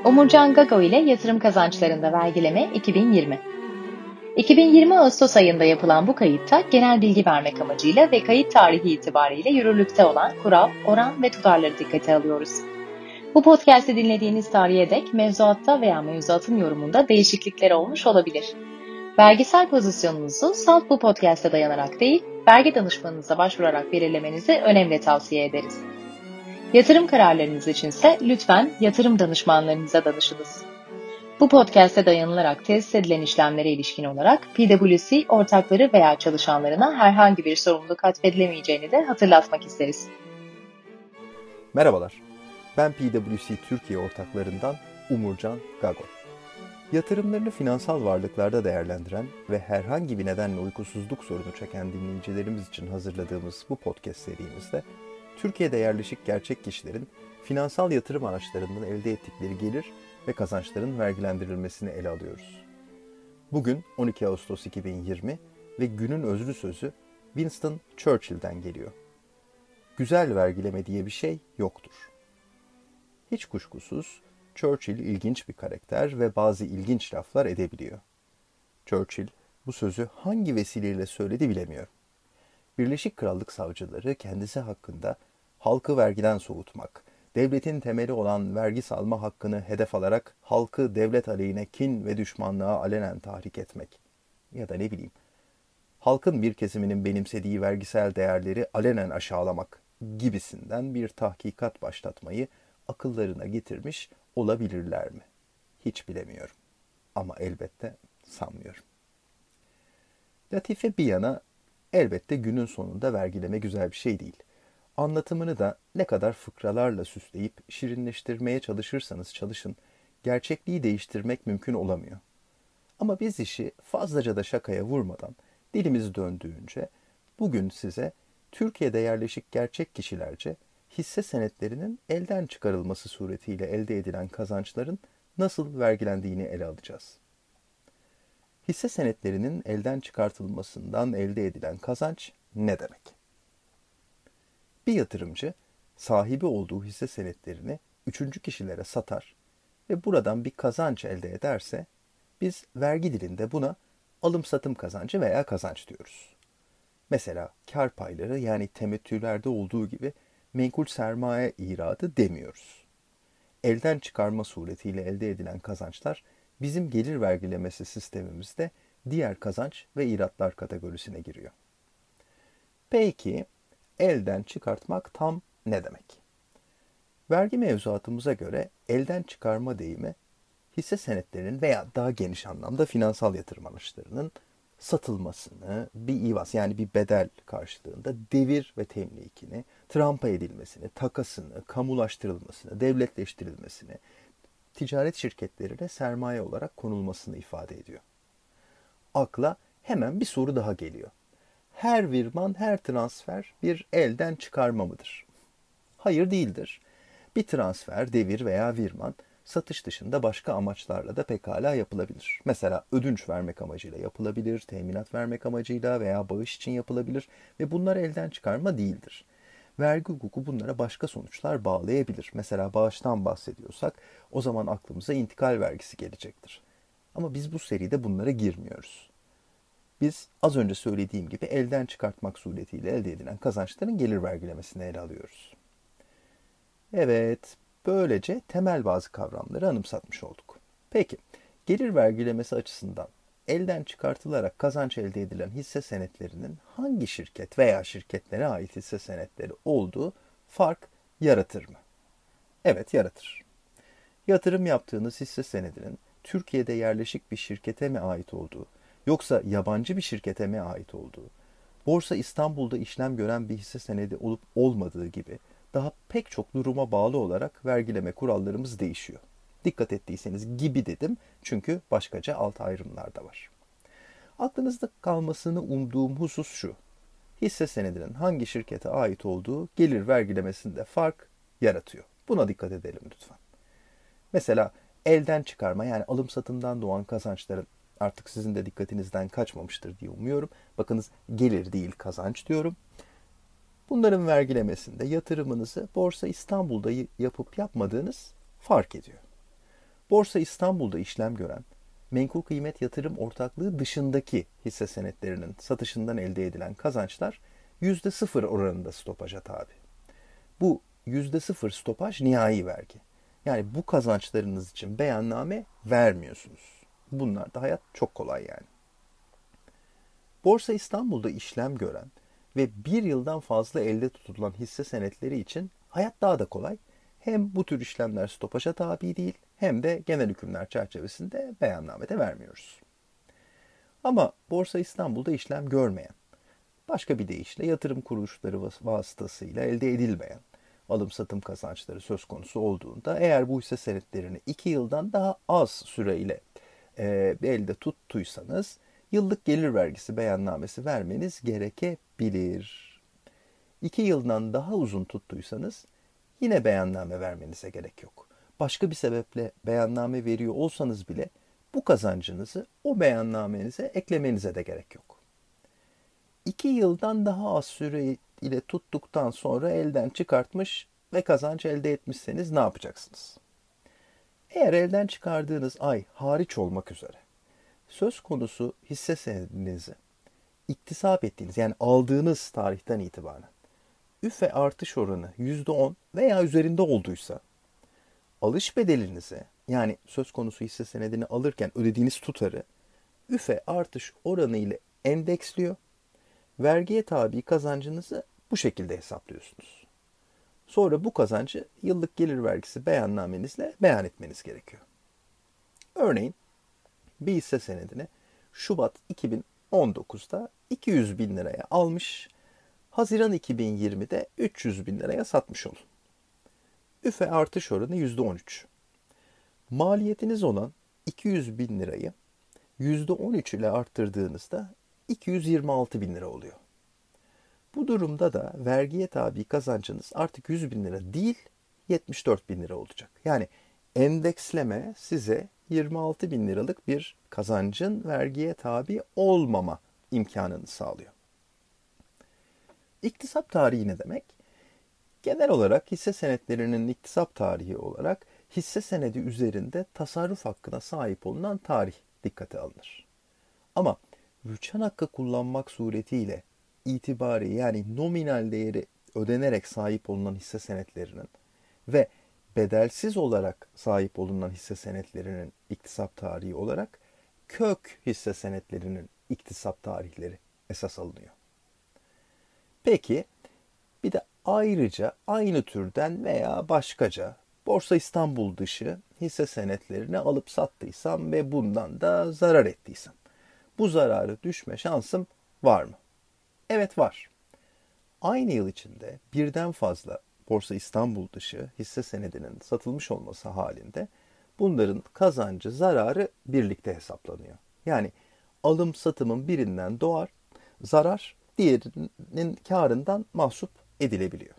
Omurcan Gago ile yatırım kazançlarında vergileme 2020. 2020 Ağustos ayında yapılan bu kayıtta genel bilgi vermek amacıyla ve kayıt tarihi itibariyle yürürlükte olan kural, oran ve tutarları dikkate alıyoruz. Bu podcast'i dinlediğiniz tarihe dek mevzuatta veya mevzuatın yorumunda değişiklikler olmuş olabilir. Vergisel pozisyonunuzu salt bu podcast'e dayanarak değil, vergi danışmanınıza başvurarak belirlemenizi önemli tavsiye ederiz. Yatırım kararlarınız içinse lütfen yatırım danışmanlarınıza danışınız. Bu podcast'e dayanılarak tesis edilen işlemlere ilişkin olarak PwC ortakları veya çalışanlarına herhangi bir sorumluluk atfedilemeyeceğini de hatırlatmak isteriz. Merhabalar, ben PwC Türkiye ortaklarından Umurcan Gago. Yatırımlarını finansal varlıklarda değerlendiren ve herhangi bir nedenle uykusuzluk sorunu çeken dinleyicilerimiz için hazırladığımız bu podcast serimizde Türkiye'de yerleşik gerçek kişilerin finansal yatırım araçlarından elde ettikleri gelir ve kazançların vergilendirilmesini ele alıyoruz. Bugün 12 Ağustos 2020 ve günün özlü sözü Winston Churchill'den geliyor. Güzel vergileme diye bir şey yoktur. Hiç kuşkusuz Churchill ilginç bir karakter ve bazı ilginç laflar edebiliyor. Churchill bu sözü hangi vesileyle söyledi bilemiyorum. Birleşik Krallık savcıları kendisi hakkında halkı vergiden soğutmak, devletin temeli olan vergi salma hakkını hedef alarak halkı devlet aleyhine kin ve düşmanlığa alenen tahrik etmek ya da ne bileyim, halkın bir kesiminin benimsediği vergisel değerleri alenen aşağılamak gibisinden bir tahkikat başlatmayı akıllarına getirmiş olabilirler mi? Hiç bilemiyorum. Ama elbette sanmıyorum. Latife bir yana, elbette günün sonunda vergileme güzel bir şey değil. Anlatımını da ne kadar fıkralarla süsleyip şirinleştirmeye çalışırsanız çalışın, gerçekliği değiştirmek mümkün olamıyor. Ama biz işi fazlaca da şakaya vurmadan, dilimiz döndüğünce, bugün size Türkiye'de yerleşik gerçek kişilerce hisse senetlerinin elden çıkarılması suretiyle elde edilen kazançların nasıl vergilendiğini ele alacağız. Hisse senetlerinin elden çıkartılmasından elde edilen kazanç ne demek? Bir yatırımcı sahibi olduğu hisse senetlerini üçüncü kişilere satar ve buradan bir kazanç elde ederse biz vergi dilinde buna alım-satım kazancı veya kazanç diyoruz. Mesela kar payları yani temettülerde olduğu gibi menkul sermaye iradı demiyoruz. Elden çıkarma suretiyle elde edilen kazançlar bizim gelir vergilemesi sistemimizde diğer kazanç ve iratlar kategorisine giriyor. Peki elden çıkartmak tam ne demek? Vergi mevzuatımıza göre elden çıkarma deyimi hisse senetlerinin veya daha geniş anlamda finansal yatırım araçlarının satılmasını, bir ivaz yani bir bedel karşılığında devir ve temlikini, trampa edilmesini, takasını, kamulaştırılmasını, devletleştirilmesini, ticaret şirketlerine sermaye olarak konulmasını ifade ediyor. Akla hemen bir soru daha geliyor. Her virman, her transfer bir elden çıkarma mıdır? Hayır değildir. Bir transfer, devir veya virman satış dışında başka amaçlarla da pekala yapılabilir. Mesela ödünç vermek amacıyla yapılabilir, teminat vermek amacıyla veya bağış için yapılabilir ve bunlar elden çıkarma değildir. Vergi hukuku bunlara başka sonuçlar bağlayabilir. Mesela bağıştan bahsediyorsak o zaman aklımıza intikal vergisi gelecektir. Ama biz bu seride bunlara girmiyoruz. Biz az önce söylediğim gibi elden çıkartmak suretiyle elde edilen kazançların gelir vergilemesini ele alıyoruz. Evet, böylece temel bazı kavramları anımsatmış olduk. Peki, gelir vergilemesi açısından elden çıkartılarak kazanç elde edilen hisse senetlerinin hangi şirket veya şirketlere ait hisse senetleri olduğu fark yaratır mı? Evet, yaratır. Yatırım yaptığınız hisse senedinin Türkiye'de yerleşik bir şirkete mi ait olduğu, yoksa yabancı bir şirkete mi ait olduğu, Borsa İstanbul'da işlem gören bir hisse senedi olup olmadığı gibi daha pek çok duruma bağlı olarak vergileme kurallarımız değişiyor. Dikkat ettiyseniz gibi dedim çünkü başkaca alt ayrımlar da var. Aklınızda kalmasını umduğum husus şu. Hisse senedinin hangi şirkete ait olduğu gelir vergilemesinde fark yaratıyor. Buna dikkat edelim lütfen. Mesela elden çıkarma yani alım satımdan doğan kazançların artık sizin de dikkatinizden kaçmamıştır diye umuyorum. Bakınız gelir değil kazanç diyorum. Bunların vergilemesinde yatırımınızı Borsa İstanbul'da yapıp yapmadığınız fark ediyor. Borsa İstanbul'da işlem gören menkul kıymet yatırım ortaklığı dışındaki hisse senetlerinin satışından elde edilen kazançlar %0 oranında stopaja tabi. Bu %0 stopaj nihai vergi. Yani bu kazançlarınız için beyanname vermiyorsunuz. Bunlar da hayat çok kolay yani. Borsa İstanbul'da işlem gören ve bir yıldan fazla elde tutulan hisse senetleri için hayat daha da kolay. Hem bu tür işlemler stopaja tabi değil hem de genel hükümler çerçevesinde beyannamede vermiyoruz. Ama Borsa İstanbul'da işlem görmeyen, başka bir deyişle yatırım kuruluşları vasıtasıyla elde edilmeyen alım-satım kazançları söz konusu olduğunda eğer bu hisse senetlerini 2 yıldan daha az süreyle elde tuttuysanız yıllık gelir vergisi beyannamesi vermeniz gerekebilir. 2 yıldan daha uzun tuttuysanız yine beyanname vermenize gerek yok. Başka bir sebeple beyanname veriyor olsanız bile bu kazancınızı o beyannamenize eklemenize de gerek yok. 2 yıldan daha az süre ile tuttuktan sonra elden çıkartmış ve kazanç elde etmişseniz ne yapacaksınız? Eğer elden çıkardığınız ay hariç olmak üzere söz konusu hisse senedinizi iktisap ettiğiniz yani aldığınız tarihten itibaren üfe artış oranı %10 veya üzerinde olduysa alış bedelinize yani söz konusu hisse senedini alırken ödediğiniz tutarı üfe artış oranı ile endeksliyor. Vergiye tabi kazancınızı bu şekilde hesaplıyorsunuz. Sonra bu kazancı yıllık gelir vergisi beyannamenizle beyan etmeniz gerekiyor. Örneğin bir hisse senedini Şubat 2019'da 200 bin liraya almış, Haziran 2020'de 300 bin liraya satmış olun. Üfe artış oranı %13. Maliyetiniz olan 200 bin lirayı %13 ile arttırdığınızda 226 bin lira oluyor. Bu durumda da vergiye tabi kazancınız artık 100 bin lira değil 74 bin lira olacak. Yani endeksleme size 26 bin liralık bir kazancın vergiye tabi olmama imkanını sağlıyor. İktisap tarihi ne demek? Genel olarak hisse senetlerinin iktisap tarihi olarak hisse senedi üzerinde tasarruf hakkına sahip olunan tarih dikkate alınır. Ama rüçhan hakkı kullanmak suretiyle itibari yani nominal değeri ödenerek sahip olunan hisse senetlerinin ve bedelsiz olarak sahip olunan hisse senetlerinin iktisap tarihi olarak kök hisse senetlerinin iktisap tarihleri esas alınıyor. Peki bir de ayrıca aynı türden veya başkaca Borsa İstanbul dışı hisse senetlerini alıp sattıysam ve bundan da zarar ettiysem bu zararı düşme şansım var mı? Evet var. Aynı yıl içinde birden fazla Borsa İstanbul dışı hisse senedinin satılmış olması halinde bunların kazancı, zararı birlikte hesaplanıyor. Yani alım satımın birinden doğar zarar, diğerinin karından mahsup edilebiliyor.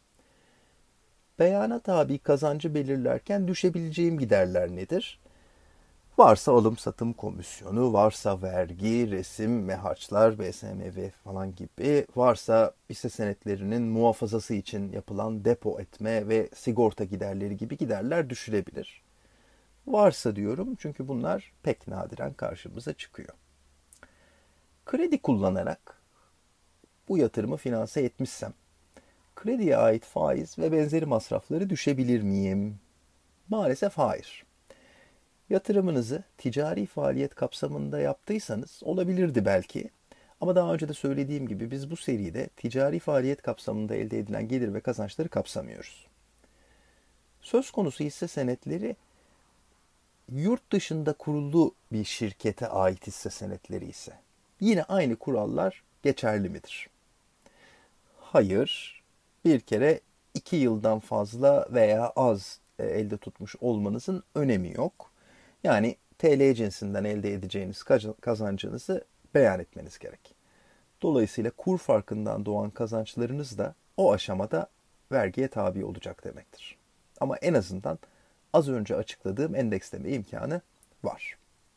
Beyana tabi kazancı belirlerken düşebileceğim giderler nedir? Varsa alım satım komisyonu, varsa vergi, resim ve harçlar, BSMV falan gibi, varsa hisse senetlerinin muhafazası için yapılan depo etme ve sigorta giderleri gibi giderler düşülebilir. Varsa diyorum çünkü bunlar pek nadiren karşımıza çıkıyor. Kredi kullanarak bu yatırımı finanse etmişsem, krediye ait faiz ve benzeri masrafları düşebilir miyim? Maalesef hayır. Yatırımınızı ticari faaliyet kapsamında yaptıysanız olabilirdi belki. Ama daha önce de söylediğim gibi biz bu seride ticari faaliyet kapsamında elde edilen gelir ve kazançları kapsamıyoruz. Söz konusu hisse senetleri yurt dışında kurulu bir şirkete ait hisse senetleri ise yine aynı kurallar geçerli midir? Hayır. Bir kere 2 yıldan fazla veya az elde tutmuş olmanızın önemi yok. Yani TL cinsinden elde edeceğiniz kazancınızı beyan etmeniz gerek. Dolayısıyla kur farkından doğan kazançlarınız da o aşamada vergiye tabi olacak demektir. Ama en azından az önce açıkladığım endeksleme imkanı var.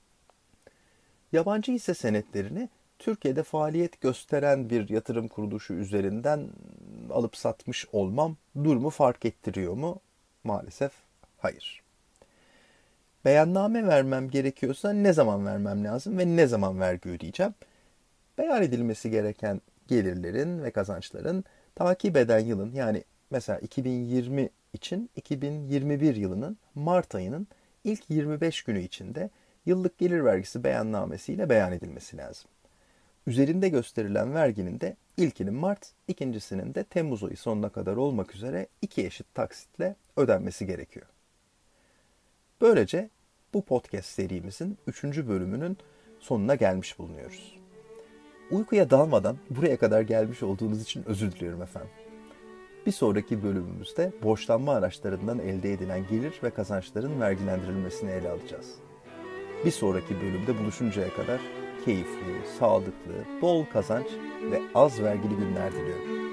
Yabancı hisse senetlerini Türkiye'de faaliyet gösteren bir yatırım kuruluşu üzerinden alıp satmış olmam durumu fark ettiriyor mu? Maalesef hayır. Beyanname vermem gerekiyorsa ne zaman vermem lazım ve ne zaman vergi ödeyeceğim? Beyan edilmesi gereken gelirlerin ve kazançların takip eden yılın, yani mesela 2020 için 2021 yılının Mart ayının ilk 25 günü içinde yıllık gelir vergisi beyannamesiyle beyan edilmesi lazım. Üzerinde gösterilen verginin de ilkinin Mart, ikincisinin de Temmuz ayı sonuna kadar olmak üzere 2 eşit taksitle ödenmesi gerekiyor. Böylece bu podcast serimizin 3. bölümünün sonuna gelmiş bulunuyoruz. Uykuya dalmadan buraya kadar gelmiş olduğunuz için özür diliyorum efendim. Bir sonraki bölümümüzde borçlanma araçlarından elde edilen gelir ve kazançların vergilendirilmesini ele alacağız. Bir sonraki bölümde buluşuncaya kadar keyifli, sağlıklı, bol kazanç ve az vergili günler diliyorum.